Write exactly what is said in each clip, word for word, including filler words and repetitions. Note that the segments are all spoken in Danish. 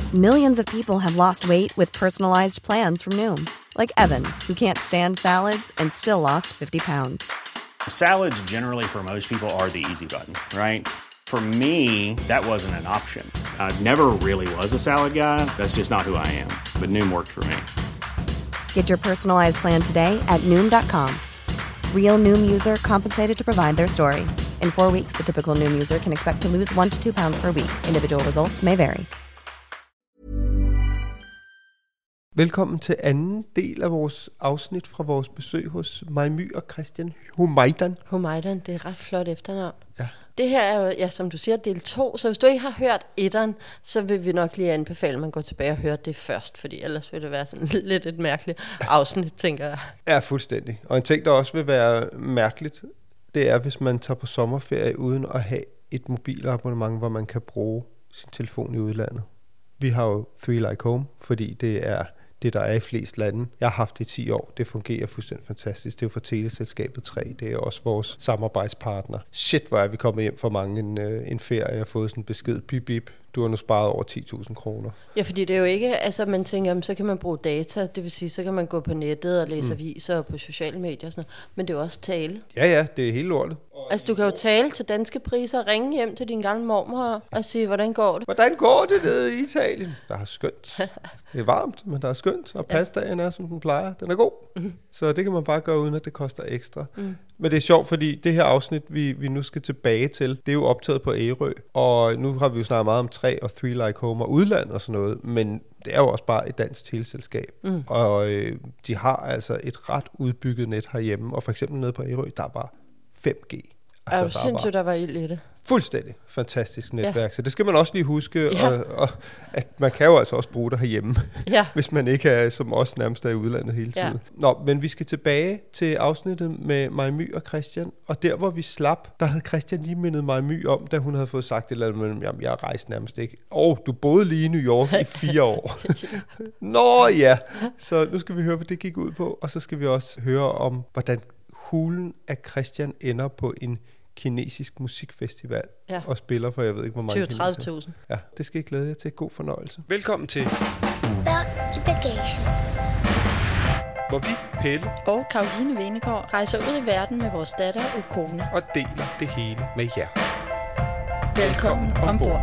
Millions of people have lost weight with personalized plans from Noom. Like Evan, who can't stand salads and still lost fifty pounds. Salads generally for most people are the easy button, right? For me, that wasn't an option. I never really was a salad guy. That's just not who I am. But Noom worked for me. Get your personalized plan today at Noom dot com. Real Noom user compensated to provide their story. In four weeks, the typical Noom user can expect to lose one to two pounds per week. Individual results may vary. Velkommen til anden del af vores afsnit fra vores besøg hos Mai My og Christian Humaydan. Humaydan, det er ret flot efternavn. Ja. Det her er jo, ja, som du siger, del to, så hvis du ikke har hørt etteren, så vil vi nok lige anbefale, at man går tilbage og hører det først, fordi ellers vil det være sådan lidt et mærkeligt afsnit, tænker jeg. Ja, fuldstændig. Og en ting, der også vil være mærkeligt, det er, hvis man tager på sommerferie uden at have et mobilabonnement, hvor man kan bruge sin telefon i udlandet. Vi har jo Three Like Home, fordi det er det, der er i flest lande. Jeg har haft det i ti år. Det fungerer fuldstændig fantastisk. Det er jo fra teleselskabet tre. Det er også vores samarbejdspartner. Shit, hvor er vi kommet hjem for mange en, en ferie. Jeg har fået sådan en besked. Bip, bip. Du har nu sparet over ti tusind kroner. Ja, fordi det er jo ikke, altså man tænker, jamen, så kan man bruge data, det vil sige, så kan man gå på nettet og læse mm. aviser og på sociale medier og sådan noget. Men det er jo også tale. Ja, ja, det er helt lortet. Altså du kan jo tale til danske priser og ringe hjem til din gamle mormor og sige, hvordan går det? Hvordan går det nede i Italien? Der er skønt. Det er varmt, men der er skønt, og pastaen er, som den plejer. Den er god. Mm. Så det kan man bare gøre, uden at det koster ekstra. Mm. Men det er sjovt, fordi det her afsnit, vi, vi nu skal tilbage til, det er jo optaget på Ærø. Og nu har vi jo snakket meget om tre og Three Like Home og udland og sådan noget, men det er jo også bare et dansk teleselskab. Mm. Og øh, de har altså et ret udbygget net herhjemme, og for eksempel nede på Ærø, der er bare fem G. Altså, er du sindssygt, der var ild i det? Fuldstændig fantastisk netværk. Ja. Så det skal man også lige huske, ja. og, og, at man kan jo altså også bruge det herhjemme, ja. hvis man ikke er som os nærmest er i udlandet hele tiden. Ja. Nå, men vi skal tilbage til afsnittet med Mai My og Christian, og der hvor vi slap, der havde Christian lige mindet Mai My om, da hun havde fået sagt et eller andet mellem, jamen jeg rejste nærmest ikke. Og du boede lige i New York i fire år. Nå ja, så nu skal vi høre, hvad det gik ud på, og så skal vi også høre om, hvordan hulen af Christian ender på en kinesisk musikfestival ja. og spiller for, jeg ved ikke, hvor mange tyve til tredive tusind. Ja, det skal jeg glæde jer til. God fornøjelse. Velkommen til Børn i bagagen. Hvor vi, Pelle og Caroline Venegård, rejser ud i verden med vores datter og kone og deler det hele med jer. Velkommen, Velkommen ombord.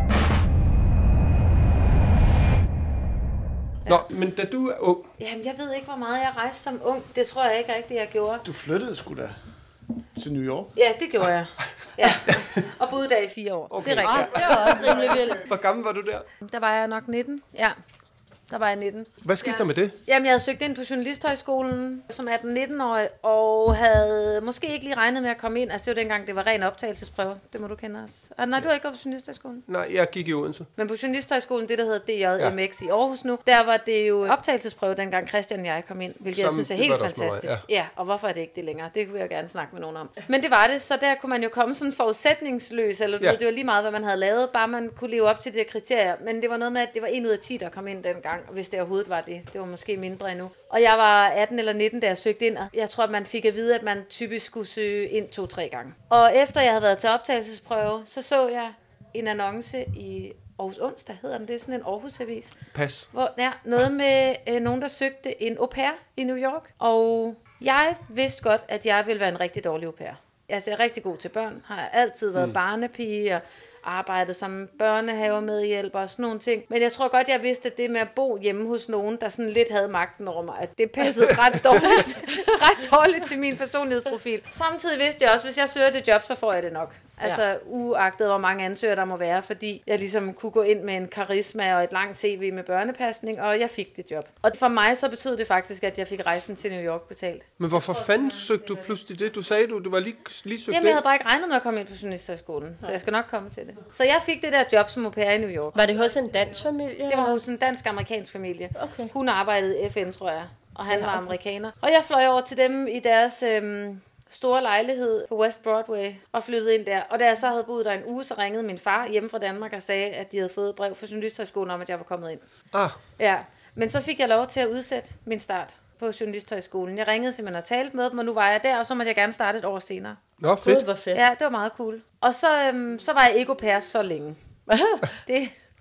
Nå, men da du er ung... Jamen, jeg ved ikke, hvor meget jeg rejste som ung. Det tror jeg ikke rigtigt, jeg gjorde. Du flyttede sgu da til New York? Ja, det gjorde jeg. Ja. Og boede der i fire år. Okay. Det er rigtigt. Ah, det var også rimelig vildt. Hvor gammel var du der? Der var jeg nok nitten. Ja, der var jeg nitten. Hvad skete ja. der med det? Jamen, jeg havde søgt ind på Journalisthøjskolen som atten-nitten-årig, og havde måske ikke lige regnet med at komme ind. Altså, det var dengang, det var ren optagelsesprøve. Det må du kende os. Og nej, du har ikke gået på Journalisthøjskolen? Nej, jeg gik i Odense. Men på Journalisthøjskolen, det der hedder D J M X ja. i Aarhus nu, der var det jo optagelsesprøve, dengang Christian og jeg kom ind, hvilket som, jeg synes er helt fantastisk. Mig, ja. ja, og hvorfor er det ikke det længere? Det kunne jeg gerne snakke med nogen om. Men det var det, så der kunne man jo komme sådan forudsætningsløs, eller ja. det var lige meget, hvad man havde lavet, bare man kunne leve op til de kriterier. Men det var noget med, at det var en ud af ti, der kom ind dengang, hvis det overhovedet var det. Det var måske mindre endnu. Og jeg var atten eller nitten, da jeg søgte ind, og jeg tror, at man fik at vide, at man typisk skulle søge ind to-tre gange. Og efter jeg havde været til optagelsesprøve, så så jeg en annonce i Aarhus Onsdag, hedder den. Det er sådan en Aarhus-avis. Pas. Hvor, ja, noget med øh, nogen, der søgte en au pair i New York. Og jeg vidste godt, at jeg ville være en rigtig dårlig au pair. Altså, jeg er rigtig god til børn. Har altid været mm. barnepige og arbejdet som børnehavemedhjælper og sådan nogle ting. Men jeg tror godt, jeg vidste, at det med at bo hjemme hos nogen, der sådan lidt havde magten over mig, at det passede ret dårligt, ret dårligt til min personlighedsprofil. Samtidig vidste jeg også, at hvis jeg søger det job, så får jeg det nok. Altså ja. uagtet, hvor mange ansøgere der må være, fordi jeg ligesom kunne gå ind med en karisma og et langt C V med børnepasning, og jeg fik det job. Og for mig så betød det faktisk, at jeg fik rejsen til New York betalt. Men hvorfor fanden søgte du pludselig det? Du sagde, du, du var lige, lige søgt Jamen, jeg havde bare ikke regnet med at komme ind på Journalisthøjskolen, så jeg skal nok komme til det. Så jeg fik det der job som au pair i New York. Var det hos en dansk familie? Det var hos en dansk-amerikansk familie. Okay. Hun arbejdede i F N, tror jeg, og han ja, okay. var amerikaner. Og jeg fløj over til dem i deres øhm, store lejlighed på West Broadway og flyttede ind der. Og da jeg så havde boet der en uge, så ringede min far hjemme fra Danmark og sagde, at de havde fået et brev fra Journalisthøjskolen om, at jeg var kommet ind. Ah. Ja, men så fik jeg lov til at udsætte min start på Journalisthøjskolen. Jeg ringede simpelthen og talte med dem, og nu var jeg der, og så måtte jeg gerne starte et år senere. Nå, fedt. Det var fedt. Ja, det var meget cool. Og så, øhm, så var jeg ikke au pair så længe. det,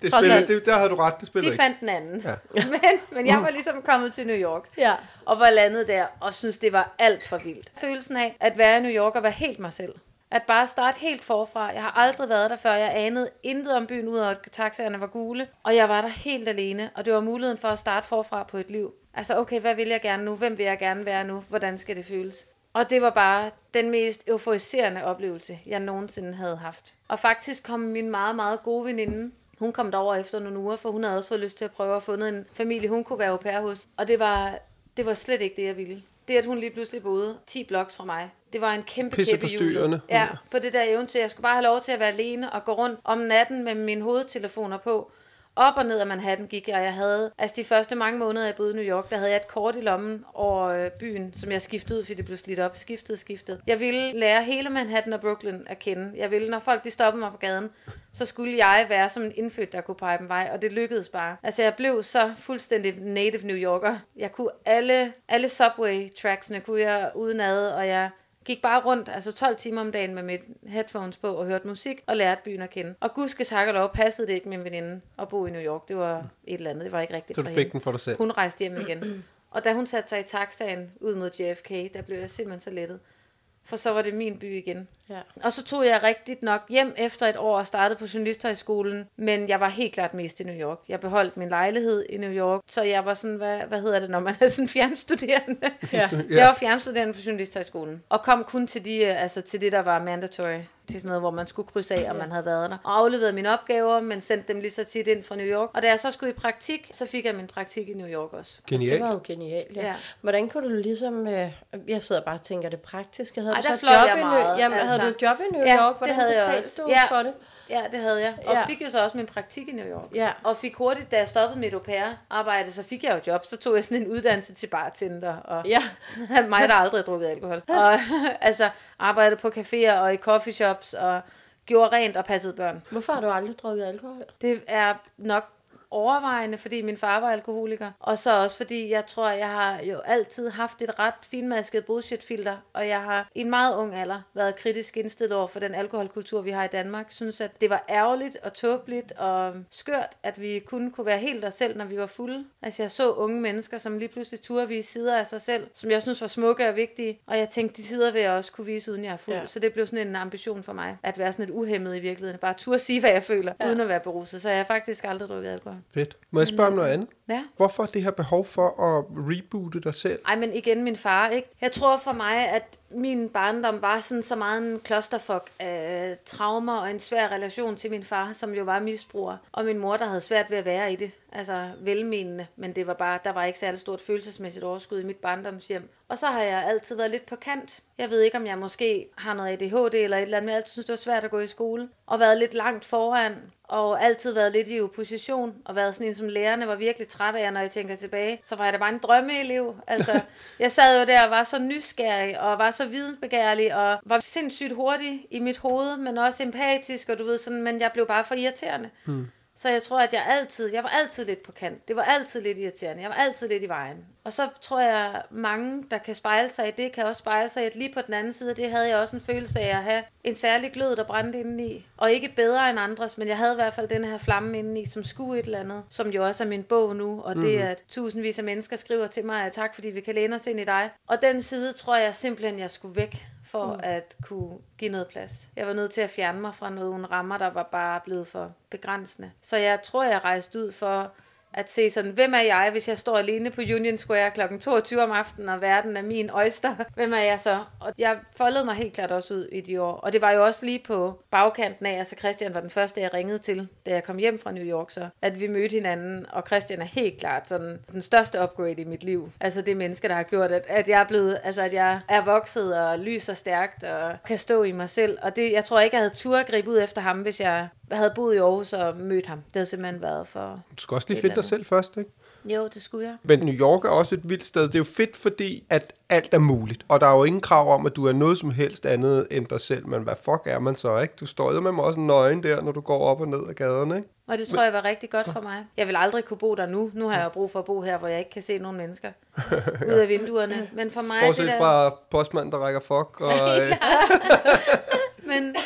Det Trods spiller, alt. det, der havde du ret, det spiller De ikke. fandt den anden. Ja. men, men jeg var ligesom kommet til New York. Ja. Og var landet der, og synes det var alt for vildt. Følelsen af at være i New York og være helt mig selv. At bare starte helt forfra. Jeg har aldrig været der før. Jeg anede intet om byen, udover at taxaerne var gule. Og jeg var der helt alene. Og det var muligheden for at starte forfra på et liv. Altså, okay, hvad vil jeg gerne nu? Hvem vil jeg gerne være nu? Hvordan skal det føles? Og det var bare den mest euforiserende oplevelse, jeg nogensinde havde haft. Og faktisk kom min meget, meget gode veninde. Hun kom derover efter nogle uger, for hun havde også fået lyst til at prøve at finde en familie, hun kunne være au pair hos. Og det var, det var slet ikke det, jeg ville. Det, at hun lige pludselig boede ti bloks fra mig, det var en kæmpe kæppe hjulet. Ja, på det der eventyr. Jeg skulle bare have lov til at være alene og gå rundt om natten med mine hovedtelefoner på. Op og ned af Manhattan gik jeg, og jeg havde, altså de første mange måneder, jeg boede i New York, der havde jeg et kort i lommen over øh, byen, som jeg skiftede ud, fordi det blev slidt op. Skiftede, skiftede. Jeg ville lære hele Manhattan og Brooklyn at kende. Jeg ville, når folk de stoppede mig på gaden, så skulle jeg være som en indfødt, der kunne pege dem vej, og det lykkedes bare. Altså jeg blev så fuldstændig native New Yorker. Jeg kunne alle, alle subway-tracksene kunne jeg udenad, og jeg gik bare rundt, altså tolv timer om dagen med mit headphones på og hørte musik og lærte byen at kende. Og gudske tak og lov passede det ikke min veninde at bo i New York. Det var et eller andet, det var ikke rigtigt Så for du hende. fik den for dig selv? Hun rejste hjem igen. Og da hun satte sig i taxaen ud mod J F K, der blev jeg simpelthen så lettet. For så var det min by igen. Ja. Og så tog jeg rigtigt nok hjem efter et år og startede på journalisthøjskolen. Men jeg var helt klart mest i New York. Jeg beholdt min lejlighed i New York. Så jeg var sådan, hvad, hvad hedder det, når man er sådan fjernstuderende? Ja. Jeg var fjernstuderende på journalisthøjskolen. Og kom kun til, de, altså til det, der var mandatory. Til sådan noget, hvor man skulle krydse af, om man havde været der. Og afleverede mine opgaver, men sendte dem lige så tit ind fra New York. Og da jeg så skulle i praktik, så fik jeg min praktik i New York også. Genialt. Det var jo genialt, ja. Ja. Hvordan kunne du ligesom... Øh, jeg sidder bare og tænker, det praktiske. Havde Ej, du der så fløj job jeg i New- meget, Jamen, altså. havde du job i New Ja, York? det Hvordan havde jeg betalte også. du Ja. for det? Ja, det havde jeg. Og Ja. fik jo så også min praktik i New York. Ja. Og fik hurtigt, da jeg stoppede mit au pair-arbejde, så fik jeg jo job. Så tog jeg sådan en uddannelse til bartender. Og Ja. mig, der aldrig har drukket alkohol. Og altså arbejdede på caféer og i coffeeshops og gjorde rent og passede børn. Hvorfor har du aldrig drukket alkohol? Det er nok overvejende, fordi min far var alkoholiker. Og så også fordi, jeg tror, jeg har jo altid haft et ret finmasket bullshit-filter. Og jeg har i en meget ung alder været kritisk indstillet over for den alkoholkultur, vi har i Danmark. Synes, at det var ærgerligt og tåbeligt og skørt, at vi kun kunne være helt os selv, når vi var fulde. Altså jeg så unge mennesker, som lige pludselig turde vise sider af sig selv, som jeg synes var smukke og vigtige. Og jeg tænkte, de sider vil jeg også kunne vise, uden jeg er fuld. Ja. Så det blev sådan en ambition for mig, at være sådan et uhæmmet i virkeligheden. Bare turde sige, hvad jeg føler, ja. uden at være beruset. Så jeg har faktisk aldrig drukket alkohol. Fedt. Må jeg spørge om noget andet? Ja. Hvorfor det her behov for at reboote dig selv? Ej, men igen min far, ikke? Jeg tror for mig, at min barndom var sådan så meget en clusterfuck af traumer og en svær relation til min far, som jo var misbruger. Og min mor, der havde svært ved at være i det. Altså velmenende, men det var bare, der var ikke særlig stort følelsesmæssigt overskud i mit barndomshjem. Og så har jeg altid været lidt på kant. Jeg ved ikke, om jeg måske har noget A D H D eller et eller andet, men jeg altid synes, det var svært at gå i skole. Og været lidt langt foran, og altid været lidt i opposition, og været sådan en, som lærerne var virkelig træt af, når jeg tænker tilbage. Så var jeg da bare en drømmeelev. Altså, jeg sad jo der og var så nysgerrig, og var så vidensbegærlig, og var sindssygt hurtig i mit hoved, men også empatisk, og du ved sådan, men jeg blev bare for irriterende. Hmm. Så jeg tror, at jeg altid, jeg var altid lidt på kant. Det var altid lidt irriterende. Jeg var altid lidt i vejen. Og så tror jeg, mange, der kan spejle sig i det, kan også spejle sig i, at lige på den anden side, det havde jeg også en følelse af at have en særlig glød, der brændte indeni. Og ikke bedre end andres, men jeg havde i hvert fald den her flamme indeni, som skulle et eller andet. Som jo også er min bog nu, og det er, at tusindvis af mennesker skriver til mig, at tak fordi vi kan læne os ind i dig. Og den side tror jeg simpelthen, jeg skulle væk for mm. at kunne give noget plads. Jeg var nødt til at fjerne mig fra nogle rammer, der var bare blevet for begrænsende. Så jeg tror, jeg rejste ud for at se sådan, hvem er jeg, hvis jeg står alene på Union Square klokken toogtyve om aftenen, og verden er min oyster. Hvem er jeg så? Og jeg foldede mig helt klart også ud i de år. Og det var jo også lige på bagkanten af, altså Christian var den første, jeg ringede til, da jeg kom hjem fra New York, så at vi mødte hinanden. Og Christian er helt klart sådan den største upgrade i mit liv. Altså det menneske, der har gjort, at, at jeg er blevet, altså at jeg er vokset og lyser stærkt og kan stå i mig selv. Og det, jeg tror ikke, jeg havde tur at gribe ud efter ham, hvis jeg havde boet i Aarhus og mødt ham. Det havde simpelthen været for... Du skal også lige finde dig selv først, ikke? Jo, det skulle jeg. Men New York er også et vildt sted. Det er jo fedt, fordi at alt er muligt. Og der er jo ingen krav om, at du er noget som helst andet end dig selv. Men hvad fuck er man så, ikke? Du står jo med mig også nøgen der, når du går op og ned ad gaderne, ikke? Og det tror jeg var rigtig godt for mig. Jeg vil aldrig kunne bo der nu. Nu har jeg jo brug for at bo her, hvor jeg ikke kan se nogen mennesker ud af vinduerne. Men for mig... Bortset det der... fra postmanden, der rækker fuck. Og, Men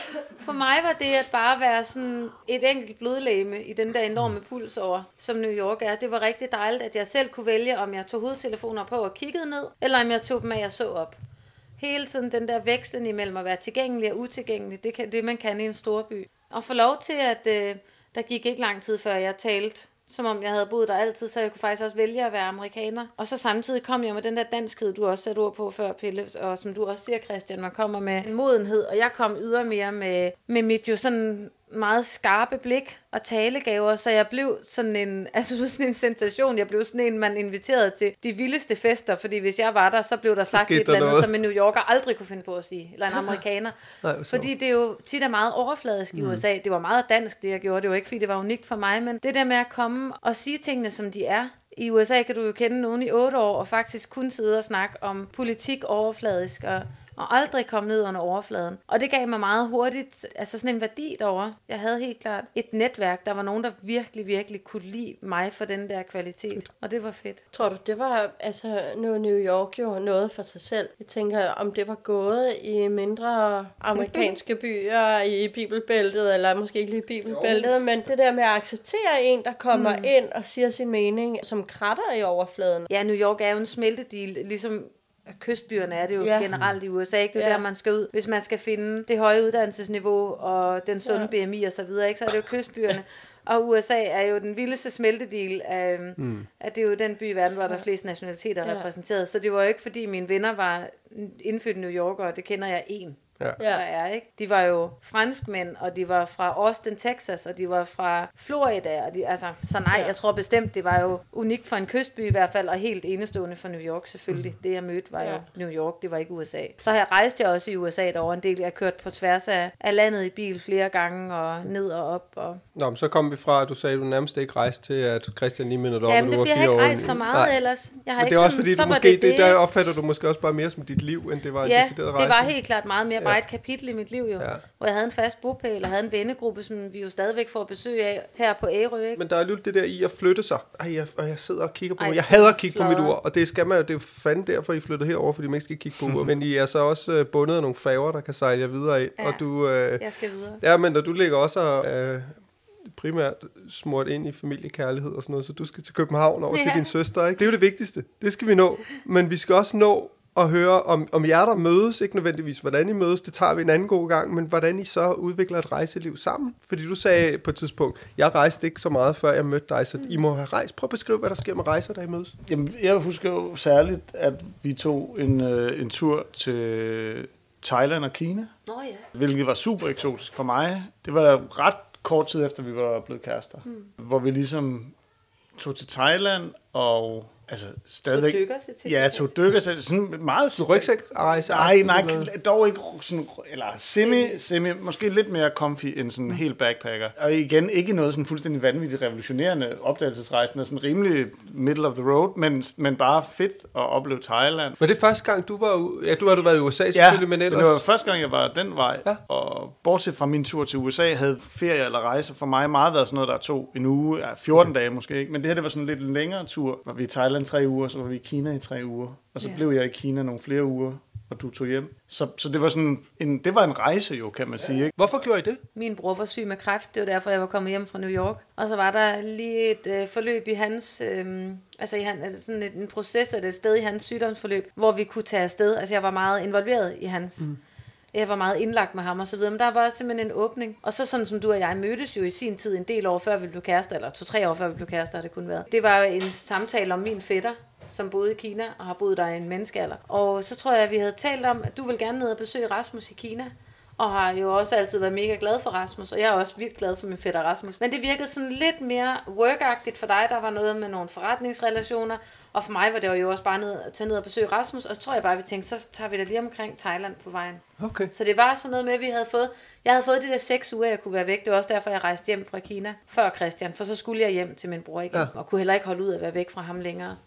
For mig var det at bare være sådan et enkelt blodlegeme i den der enorme puls over, som New York er. Det var rigtig dejligt, at jeg selv kunne vælge, om jeg tog hovedtelefoner på og kiggede ned, eller om jeg tog dem af og så op. Hele tiden den der vekslen imellem at være tilgængelig og utilgængelig, det kan det, man kan i en stor by. Og få lov til, at øh, der gik ikke lang tid, før jeg talte, som om jeg havde boet der altid, så jeg kunne faktisk også vælge at være amerikaner. Og så samtidig kom jeg med den der danskhed, du også satte ord på før, Pelle, og som du også siger, Christian, man kommer med en modenhed, og jeg kom ydermere med, med mit jo sådan meget skarpe blik og talegaver, så jeg blev sådan en, altså sådan en sensation. Jeg blev sådan en, man inviterede til de vildeste fester, fordi hvis jeg var der, så blev der sagt et eller andet, noget. Som en New Yorker aldrig kunne finde på at sige, eller en amerikaner. Nej, fordi det er jo tit er meget overfladisk i mm. U S A. Det var meget dansk, det jeg gjorde. Det var ikke, fordi det var unikt for mig, men det der med at komme og sige tingene, som de er. I U S A kan du jo kende nogen i otte år, og faktisk kun sidde og snakke om politik overfladisk, og og aldrig komme ned under overfladen. Og det gav mig meget hurtigt, altså sådan en værdi derovre. Jeg havde helt klart et netværk, der var nogen, der virkelig, virkelig kunne lide mig for den der kvalitet. Og det var fedt. Tror du, det var, altså nu er New York jo noget for sig selv. Jeg tænker, om det var gået i mindre amerikanske byer i Bibelbæltet, eller måske ikke lige Bibelbæltet, men det der med at acceptere en, der kommer mm. ind og siger sin mening, som kratter i overfladen. Ja, New York er jo en smeltedil, ligesom kystbyerne er det jo ja. generelt i U S A, ikke? Det er ja. der, man skal ud. Hvis man skal finde det høje uddannelsesniveau og den sunde ja. B M I og så videre, ikke? Så er det jo kystbyerne. Og U S A er jo den vildeste smeltedil af, mm. at det er jo den by i verden, hvor der er flest nationaliteter ja. repræsenteret. Så det var jo ikke, fordi mine venner var indfødte New Yorkere, og det kender jeg en. Ja. Der er, ikke? De var jo franskmænd, og de var fra Austin, Texas, og de var fra Florida, og de, altså, så nej, ja. jeg tror bestemt, det var jo unikt for en kystby i hvert fald, og helt enestående for New York selvfølgelig. Mm. Det jeg mødte var ja. jo New York, det var ikke U S A. Så har jeg rejst jeg også i U S A derovre en del. Jeg har kørt på tværs af, af landet i bil flere gange, og ned og op. Og... Nå, men så kom vi fra, at du sagde, at du nærmest ikke rejste til, at Christian lige mindede op, ja, at du var fire år. Ja, men det har jeg ikke rejst så meget nej. ellers. Jeg har men ikke det er også sådan, fordi, du måske, det, det, der opfatter du måske også bare mere som dit liv, end det var ja, en decideret rejse. det var helt klart meget mere bare ja. et kapitel i mit liv jo, ja. hvor jeg havde en fast bopæl og havde en vennegruppe, som vi jo stadigvæk får besøg af her på Ærø, ikke? Men der er jo det der i at flytte sig. Ej, jeg, og jeg sidder og kigger på Ej, mig. Jeg hader at kigge flot. på mit ur, og det skal man jo, det er jo fandme derfor, I flyttede herover, fordi man ikke skal kigge på ur. Men I er så også uh, bundet af nogle færger, der kan sejle jer videre ind. Ja, og du, uh, jeg skal videre. Ja, men du ligger også uh, primært smurt ind i familiekærlighed og sådan noget, så du skal til København over ja. til din søster, ikke? Det er jo det vigtigste. Det skal vi nå. Men vi skal også nå og høre om, om jer, der mødes, ikke nødvendigvis hvordan I mødes, det tager vi en anden god gang, men hvordan I så udvikler et rejseliv sammen. Fordi du sagde på et tidspunkt, jeg rejste ikke så meget, før jeg mødte dig, så I må have rejst. Prøv at beskrive, hvad der sker med rejser, der I mødes. Jamen, jeg husker jo særligt, at vi tog en, øh, en tur til Thailand og Kina, oh, ja. hvilket var super eksotisk for mig. Det var ret kort tid efter, vi var blevet kærester, hmm. hvor vi ligesom tog til Thailand og... Altså, stadigvæk... Så dykker sig til? Ja, tog dykker sig sådan meget... Så rygsæk-rejse? Nej, nej, dog ikke sådan... Eller semi, semi, måske lidt mere comfy end sådan mm. helt backpacker. Og igen, ikke noget sådan fuldstændig vanvittigt revolutionerende opdagelsesrejsende, sådan rimelig middle of the road, men, men bare fedt at opleve Thailand. Var det første gang, du var... Ja, du har du været i U S A selvfølgelig, ja, men ellers... det var første gang, jeg var den vej. Ja. Og bortset fra min tur til U S A, havde ferie eller rejse for mig meget været sådan noget, der tog en uge, ja, fjorten okay. dage måske ikke, men det her, det var sådan en lidt længere tur, hvor vi i Thailand tre uger, så var vi i Kina i tre uger, og så yeah. blev jeg i Kina nogle flere uger, og du tog hjem. Så, så det var sådan en, det var en rejse jo, kan man sige. Ikke? Hvorfor gjorde I det? Min bror var syg med kræft, det var derfor, jeg var kommet hjem fra New York. Og så var der lige et øh, forløb i hans, øh, altså i han, altså sådan et, en proces, eller et sted i hans sygdomsforløb, hvor vi kunne tage afsted. Altså jeg var meget involveret i hans... Mm. Jeg var meget indlagt med ham og så videre, men der var simpelthen en åbning. Og så sådan som du og jeg mødtes jo i sin tid en del år før vi blev kærester, eller to-tre år før vi blev kærester, har det kun været. Det var en samtale om min fætter, som boede i Kina og har boet der i en menneskealder. Og så tror jeg, at vi havde talt om, at du vil gerne ned og besøge Rasmus i Kina. Og har jo også altid været mega glad for Rasmus, og jeg er også vildt glad for min fætter Rasmus. Men det virkede sådan lidt mere workagtigt for dig. Der var noget med nogle forretningsrelationer, og for mig var det jo også bare ned, at tage ned og besøge Rasmus. Og så tror jeg bare, at vi tænkte, så tager vi da lige omkring Thailand på vejen. Okay. Så det var sådan noget med, at vi havde fået, jeg havde fået de der seks uger, jeg kunne være væk. Det var også derfor, jeg rejste hjem fra Kina før Christian, for så skulle jeg hjem til min bror igen, ja. og kunne heller ikke holde ud at være væk fra ham længere.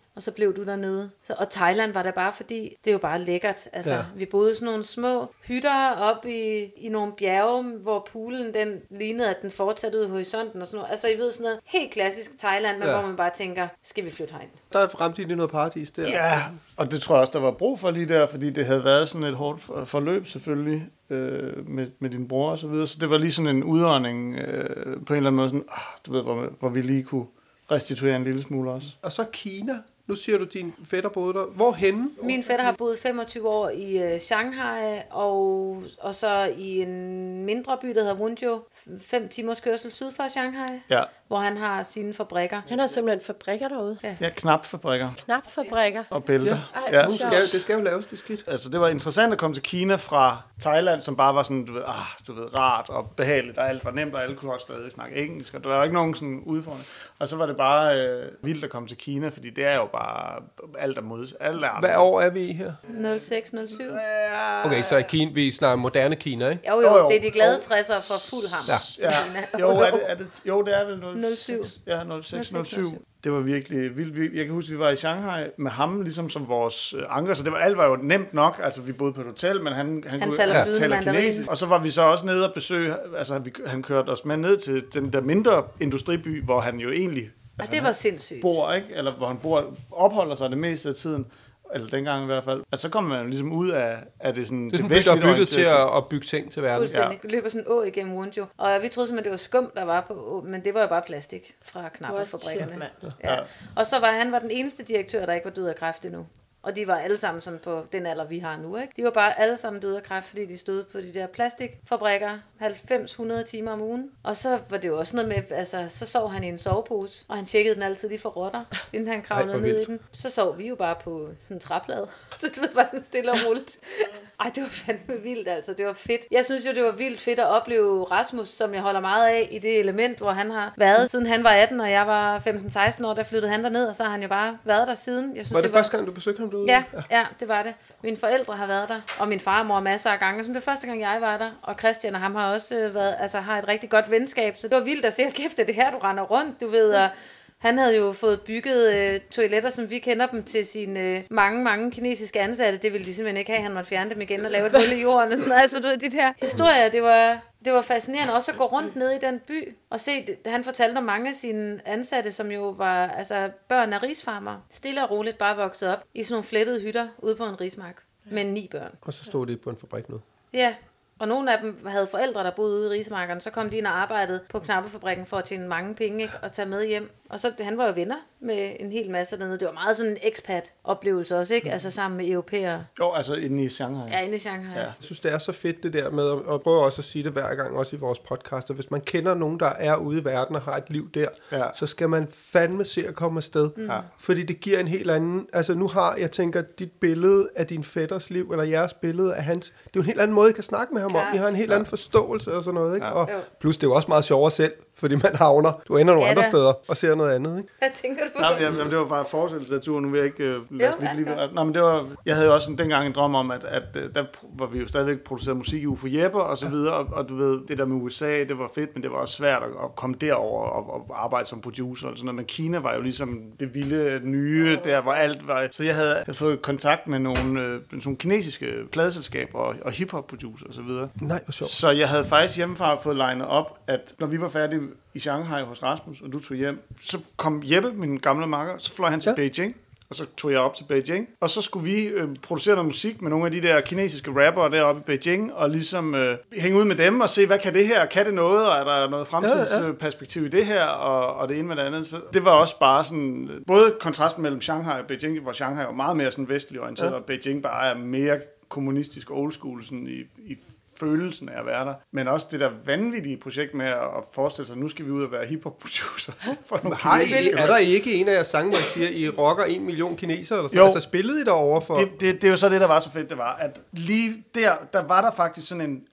og så blev du dernede. Så, og Thailand var der bare fordi, det er jo bare lækkert. Altså, Ja. vi boede i sådan nogle små hytter op i, i nogle bjerge, hvor poolen den lignede, at den fortsatte ud i horisonten og sådan noget. Altså, I ved sådan noget helt klassisk Thailand, men Ja. hvor man bare tænker, skal vi flytte herind? Der er fremtiden i noget paradis der. Ja, og det tror jeg også, der var brug for lige der, fordi det havde været sådan et hårdt for- forløb selvfølgelig øh, med, med din bror og så videre. Så det var lige sådan en udånding øh, på en eller anden måde, sådan, ah, du ved, hvor, hvor vi lige kunne restituere en lille smule også. Og så Kina. Nu siger du, din fætter boede der. Hvorhenne? Min fætter har boet femogtyve år i uh, Shanghai, og, og så i en mindre by, der hedder Wenzhou, fem timers kørsel syd for Shanghai, Ja, hvor han har sine fabrikker. Han har simpelthen fabrikker derude. Ja. ja knapfabrikker Knapfabrikker. og bælter. Ej, Ja. hvor Det sjovt. skal, det skal jo laves, det skidt. Altså, det var interessant at komme til Kina fra Thailand, som bare var sådan, du ved, ah, du ved, rart og behageligt, og alt var nemt, og alle kunne også stadig snakke engelsk, og der var jo ikke nogen sådan udfordring. Og så var det bare øh, vildt at komme til Kina, fordi det er jo bare alt er mods. Alt er Hvad år er vi i her? nul seks nul syv. Okay, så er Kina, vi snakker moderne Kina, ikke? Jo, Jo, jo, jo. det er de glade tressere for fuld hammer. Ja. Jo, er det, er det, jo, det er vel nul syv. Ja, nul seks nul nul syv. syv. Det var virkelig vildt. Vi- Jeg kan huske, vi var i Shanghai med ham, ligesom som vores øh, anker, så det var, alt var jo nemt nok. Altså, vi boede på et hotel, men han, han, kunne, taler han flydende taler mandarin. kinesisk. Og så var vi så også nede og besøge, altså vi, han kørte os med ned til den der mindre industriby, hvor han jo egentlig Og det var sindssygt. bor, ikke? Eller hvor han bor, opholder sig det meste af tiden. Eller dengang i hvert fald. Altså, så kommer man jo ligesom ud af, af det sådan... Det er sådan, vestligt bygget, bygget til orienterede- at, at bygge ting til verden. Fuldstændig. Ja. Løber sådan en å igennem Wenzhou. Og vi troede simpelthen, det var skum, der var på å, men det var jo bare plastik fra knapperfabrikkerne. What shit, Ja. Og så var han var den eneste direktør, der ikke var død af kræft endnu. Og de var alle sammen sådan på den alder, vi har nu, ikke? De var bare alle sammen døde af kræft, fordi de stod på de der plastikfabrikker halvfems hundrede timer om ugen. Og så var det jo også noget med, altså, så sov han i en sovepose, og han tjekkede den altid lige for rotter, inden han kravlede Ej, hvor ned i vildt. den. Så sov vi jo bare på sådan en træplade. Så du ved, bare den stille og roligt. Ej, det var fandme vildt, altså. Det var fedt. Jeg synes jo, det var vildt fedt at opleve Rasmus, som jeg holder meget af i det element, hvor han har været, siden han var atten, og jeg var femten seksten år, der flyttede han derned, og så har han jo bare været der siden. Jeg synes, Var det, det første gang, du besøgte ham derude? Ja, ja, det var det. Mine forældre har været der, og min far og mor masser af gange. Så det var første gang, jeg var der, og Christian og ham har også øh, været, altså har et rigtig godt venskab. Så det var vildt at se, at kæft, det er det her, du render rundt, du ved. Og han havde jo fået bygget øh, toiletter, som vi kender dem, til sine øh, mange, mange kinesiske ansatte. Det ville de simpelthen ikke have. Han måtte fjerne dem igen og lave et hul i jorden og sådan noget. Altså, du ved, de der historier, det var... Det var fascinerende også at gå rundt ned i den by og se, han fortalte om mange af sine ansatte, som jo var altså børn af risfarmere. Stille og roligt bare vokset op i sådan nogle flettede hytter ude på en rismark med ni børn. Og så stod det på en fabrik nu. Ja, og nogle af dem havde forældre, der boede ude i rismarkerne. Så kom de ind og arbejdede på knappefabrikken for at tjene mange penge, ikke? Og tage med hjem. Og så han var jo venner med en hel masse dernede. Det var meget sådan en expat-oplevelse også, ikke? Altså sammen med europæere. Jo, altså inde i Shanghai. Ja, inde i Shanghai. Ja. Ja. Jeg synes, det er så fedt det der med, og jeg prøver også at sige det hver gang, også i vores podcast, at hvis man kender nogen, der er ude i verden og har et liv der, Ja. så skal man fandme se at komme afsted. Ja. Fordi det giver en helt anden, altså nu har, jeg tænker, dit billede af din fætters liv, eller jeres billede af hans, det er jo en helt anden måde, I kan snakke med ham om. Klart. I har en helt anden forståelse og sådan noget, ikke? Ja. Og Jo. plus det er jo også meget sjovere selv, fordi man havner, du ender nogle Ja, andre da. steder og ser noget andet, ikke? Hvad tænker du på? Nej, men, jamen, jamen, det var bare forestillelse af turen. Nu vil jeg ikke uh, lade os Jo, lige ja, blive godt. ved. Nej, men det var, jeg havde jo også en, dengang en drøm om, at, at uh, der var vi jo stadigvæk produceret musik i U F O Jeppe og så videre, og, og du ved, det der med U S A, det var fedt, men det var også svært at, at komme derover og, og arbejde som producer og sådan noget. Men Kina var jo ligesom det vilde nye, der hvor alt var. Så jeg havde, havde fået kontakt med nogle, øh, sådan nogle kinesiske pladeselskaber og, og hip-hop-producer og så videre. Nej, hvor sjovt. Så jeg havde faktisk hjemmefra fået legnet op, at når vi var færdige i Shanghai hos Rasmus, og du tog hjem, så kom Jeppe, min gamle makker, så fløj han til Ja. Beijing, og så tog jeg op til Beijing, og så skulle vi øh, producere noget musik med nogle af de der kinesiske rappere deroppe i Beijing, og ligesom øh, hænge ud med dem og se, hvad kan det her, kan det noget, og er der noget fremtidsperspektiv i det her, og, og det ene med det andet. Så det var også bare sådan, både kontrasten mellem Shanghai og Beijing, hvor Shanghai var meget mere sådan vestlig orienteret, ja. Og Beijing bare er mere kommunistisk old school sådan i, i følelsen af at være der, men også det der vanvittige projekt med at forestille sig, at nu skal vi ud og være hiphop-producer for nogle Har I, kinesiske er der ikke en af jeres sange, hvor I siger, I rocker en million kinesere? Eller sådan? Jo. Altså spillede I derovre for... Det, det, det er jo så det, der var så fedt, det var, at lige der, der var der faktisk sådan en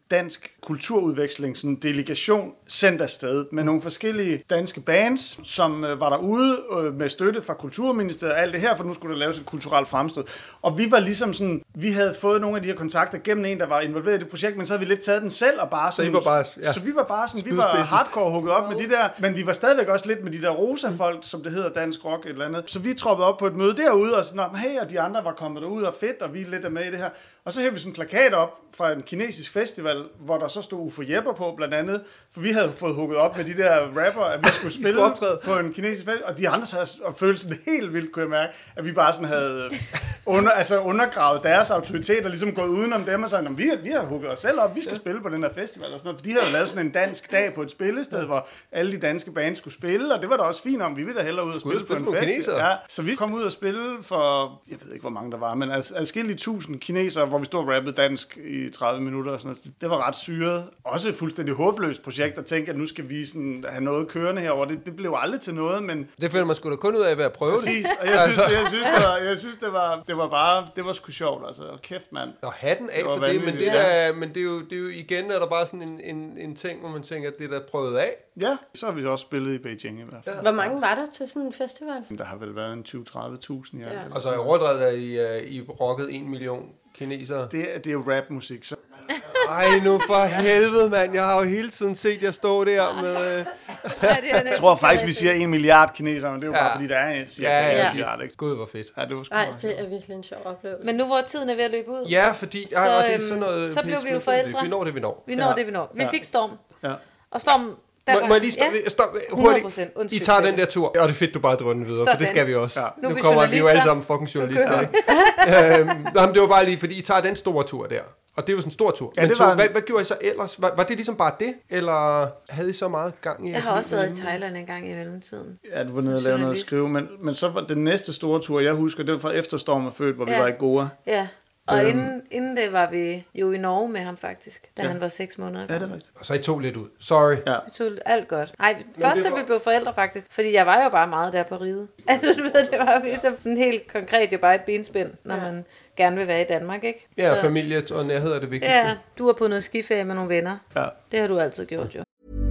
dansk kulturudveksling, sådan en delegation sendt afsted med nogle forskellige danske bands, som øh, var derude øh, med støtte fra Kulturministeriet og alt det her, for nu skulle der laves et kulturelt fremstød. Og vi var ligesom sådan, vi havde fået nogle af de her kontakter gennem en, der var involveret i det projekt, men så havde vi lidt taget den selv og bare sådan, så, var bare, ja. så vi var bare sådan, vi var hardcore hugget op med de der, men vi var stadigvæk også lidt med de der rosa-folk, som det hedder, dansk rock et eller andet. Så vi troppede op på et møde derude, og sådan, hey, og de andre var kommet derud, og fedt, og vi er lidt med i det her. Og så hævde vi sådan en plakat op fra en kinesisk festival, hvor der så stod Ufo Jepper på, blandt andet, for vi havde fået hugget op med de der rapper, at vi skulle spille på en kinesisk festival, og de andre så og følte sådan helt vildt, kunne jeg mærke, at vi bare sådan havde under, altså undergravet deres autoritet, og ligesom gået udenom dem og sagt, vi, vi har hugget os selv op, vi skal ja. spille på den her festival, og sådan noget, for de havde lavet sådan en dansk dag på et spillested, ja. hvor alle de danske bands skulle spille, og det var da også fint om, vi ville da hellere ud og spille, spille på en festival. Ja, så vi kom ud og spille for, jeg ved ikke, hvor mange der var, men altså adskillige tusind kinesere, hvor vi stod og rappede dansk i tredive minutter og sådan noget. Det var ret syret. Også et fuldstændig håbløst projekt at tænke, at nu skal vi sådan have noget kørende herover. Det, det blev aldrig til noget, men... Det finder man sgu da kun ud af ved at prøve Præcis. det. Præcis, og jeg synes, jeg synes, det var, jeg synes det, var, det var bare, det var sgu sjovt, altså. Kæft, mand. Og hatten af for det, men det, der, men det er jo, det er jo igen, er der bare sådan en, en, en ting, hvor man tænker, at det der prøvet af. Ja, så har vi også spillet i Beijing i hvert fald. Ja. Hvor mange var der til sådan en festival? Der har vel været en tyve til tredive tusind, ja. ja. Og så er jeg overdrevet, at I, I rocket en million kinesere. Det, det er jo rapmusik, så... Ej, nu for helvede, mand. Jeg har jo hele tiden set jer stå der med... Øh... Ja, jeg tror faktisk, vi siger en milliard kinesere, men det er jo ja. bare, fordi der er en cirka ja, ja, en milliard, ikke? Gud, hvor fedt. Ja, det var sgu Ej, det er virkelig en sjov oplevelse. Men nu hvor tiden er ved at løbe ud... Ja, fordi... Så, ja, og det er sådan noget... så blev vi jo forældre. Vi når det, vi når. Vi når ja. det, vi når. Vi ja. fik Storm. Ja. Og Storm... Må, må jeg lige stoppe ja. stop, hurtigt? I tager den der tur, og det er fedt, du bare drønner videre, sådan. For det skal vi også. Ja. Nu, nu kommer vi jo alle sammen fucking journalister, ikke? øhm, jamen, det var bare lige, fordi I tager den store tur der. Og det er jo sådan en stor tur. Ja, Men det to, var en... hvad, hvad gjorde I så ellers? Var, var det ligesom bare det? Eller havde I så meget gang i? Jeg har også været i Thailand en gang i mellemtiden. Ja, du var nede og lavede noget at skrive. Men, men så var den næste store tur, jeg husker, det var fra efter Storm er født, hvor ja. vi var i Goa. Ja. Og øhm. inden, inden det var vi jo i Norge med ham faktisk, da ja. han var seks måneder. Ja, det er rigtigt. Og så I tog lidt ud. Sorry. Ja. Vi tog alt godt. Nej, først da var... vi blev forældre faktisk, fordi jeg var jo bare meget der på ride. Altså, du ved, det var jo ligesom sådan helt konkret jo bare et benspænd, når ja. man gerne vil være i Danmark, ikke? Ja, så... familie og nærhed er det vigtigste. Ja, du er på noget skiferie med nogle venner. Ja. Det har du altid gjort jo.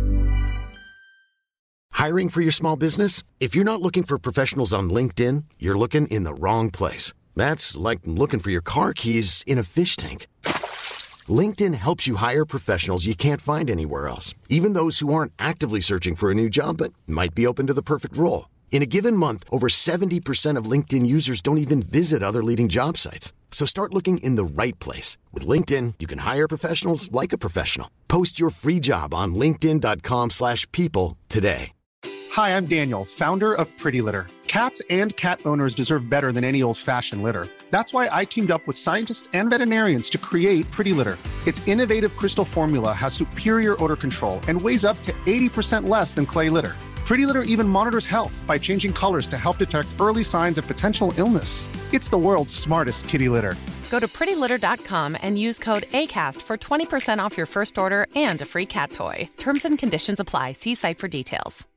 Hiring for your small business? If you're not looking for professionals on LinkedIn, you're looking in the wrong place. That's like looking for your car keys in a fish tank. LinkedIn helps you hire professionals you can't find anywhere else, even those who aren't actively searching for a new job but might be open to the perfect role. In a given month, over seventy percent of LinkedIn users don't even visit other leading job sites. So start looking in the right place. With LinkedIn, you can hire professionals like a professional. Post your free job on linkedin dot com slash people today. Hi, I'm Daniel, founder of Pretty Litter. Cats and cat owners deserve better than any old-fashioned litter. That's why I teamed up with scientists and veterinarians to create Pretty Litter. Its innovative crystal formula has superior odor control and weighs up to eighty percent less than clay litter. Pretty Litter even monitors health by changing colors to help detect early signs of potential illness. It's the world's smartest kitty litter. Go to pretty litter dot com and use code ACAST for twenty percent off your first order and a free cat toy. Terms and conditions apply. See site for details.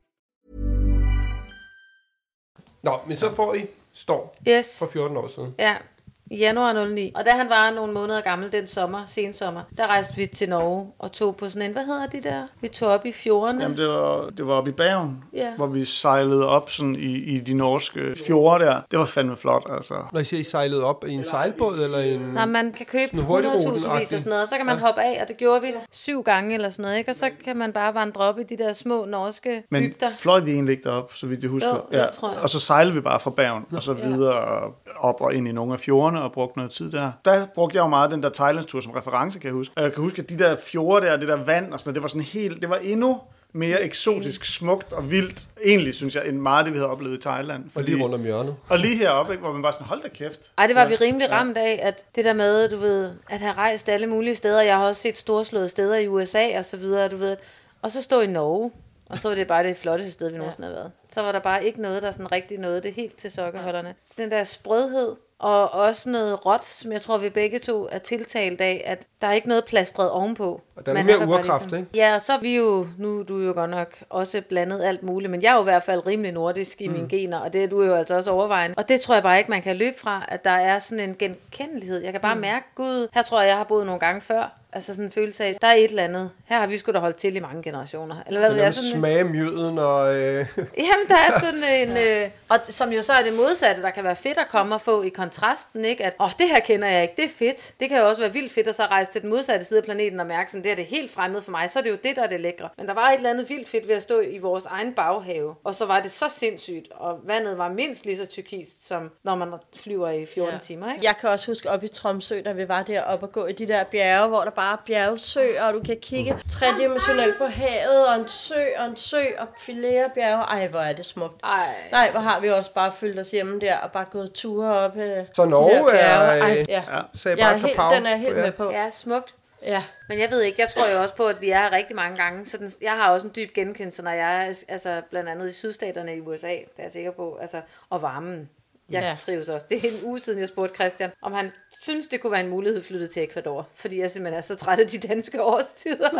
Nå, men så får I Storm yes. for fjorten år siden. Ja, i januar nul ni. Og da han var nogle måneder gammel, den sommer, sen sommer, der rejste vi til Norge og tog på sådan en, hvad hedder de der? Vi tog op i fjordene. Jamen, det var, det var oppe i Bergen, ja. hvor vi sejlede op sådan i, i de norske fjorde der. Det var fandme flot, altså. Når I siger, I sejlede op i en sejlbåd eller en... Nej, man kan købe hundrede tusind vis og sådan noget, og så kan man ja. hoppe af, og det gjorde vi syv gange eller sådan noget, ikke? Og så kan man bare vandre op i de der små norske Men bygder. Men fløj vi egentlig ikke derop, så vidt jeg husker. Jo, ja. det tror jeg. Og så sejlede vi bare fra Bergen, og så videre op og ind i nogle af fjordene og brugte noget tid der. Der brugte jeg jo meget den der Thailandstur som reference, kan jeg huske. Og jeg kan huske, at de der fjorde der, det der vand og sådan noget, det var sådan helt, det var endnu mere eksotisk, smukt og vildt, egentlig synes jeg, end meget det, vi havde oplevet i Thailand. Fordi, og lige rundt om hjørnet. Og lige heroppe, ikke, hvor man bare sådan, hold da kæft. Ej, det var ja. vi rimelig ramt af, at det der med, du ved, at have rejst alle mulige steder, jeg har også set storslåede steder i U S A og så videre, du ved, og så stå i Norge, og så var det bare det flotteste sted, vi nogensinde har været. Så var der bare ikke noget, der sådan rigtig nåede det helt til sokkerholderne. Den der sprødhed, og også noget råt, som jeg tror, vi begge to er tiltalt af, at der er ikke noget plastret ovenpå. Og der er mere urkraft, ligesom, ikke? Ja, og så er vi jo, nu du er jo godt nok også blandet alt muligt, men jeg er jo i hvert fald rimelig nordisk i mm. mine gener, og det er du jo altså også overvejende. Og det tror jeg bare ikke, man kan løbe fra, at der er sådan en genkendelighed. Jeg kan bare mm. mærke, gud, her tror jeg, jeg har boet nogle gange før. Altså sådan en følelse af, der er et eller andet. Her har vi sgu da holdt til i mange generationer. Eller hvad ved jeg? Sådan smage mjøden og... Øh... Jamen, der er sådan en... ja. øh, og som jo så er det modsatte, der kan være fedt at komme og få i kontrasten, ikke? At, åh, oh, det her kender jeg ikke, det er fedt. Det kan jo også være vildt fedt at så rejse til den modsatte side af planeten og mærke sådan, det er det helt fremmed for mig, så er det jo det, der er det lækre. Men der var et eller andet vildt fedt ved at stå i vores egen baghave, og så var det så sindssygt, og vandet var mindst lige så tyrkist, som når man flyver i fjorten ja. timer, ikke? Jeg kan også huske op i Tromsø, da vi var deroppe og gå i de der bjerge, hvor der bare er bjergsøer, og du kan kigge tredimensionelt på havet, og en sø, og en sø, og flere bjerge. Ej, hvor er det smukt. Ej. Nej, hvor har vi også bare følt os hjemme der, og bare gået ture op øh, så Norge er... Ej, ja. ja. Jeg er helt, den er jeg helt ja. med på. Ja, smukt. Ja. Men jeg ved ikke, jeg tror jo også på, at vi er her rigtig mange gange. Så den, jeg har også en dyb genkendelse, når jeg er altså, blandt andet i sydstaterne i U S A, det er jeg sikker på, altså, og varmen. Jeg ja. trives også. Det er en uge siden, jeg spurgte Christian, om han synes, det kunne være en mulighed at flytte til Ecuador, fordi jeg simpelthen er så træt af de danske årstider.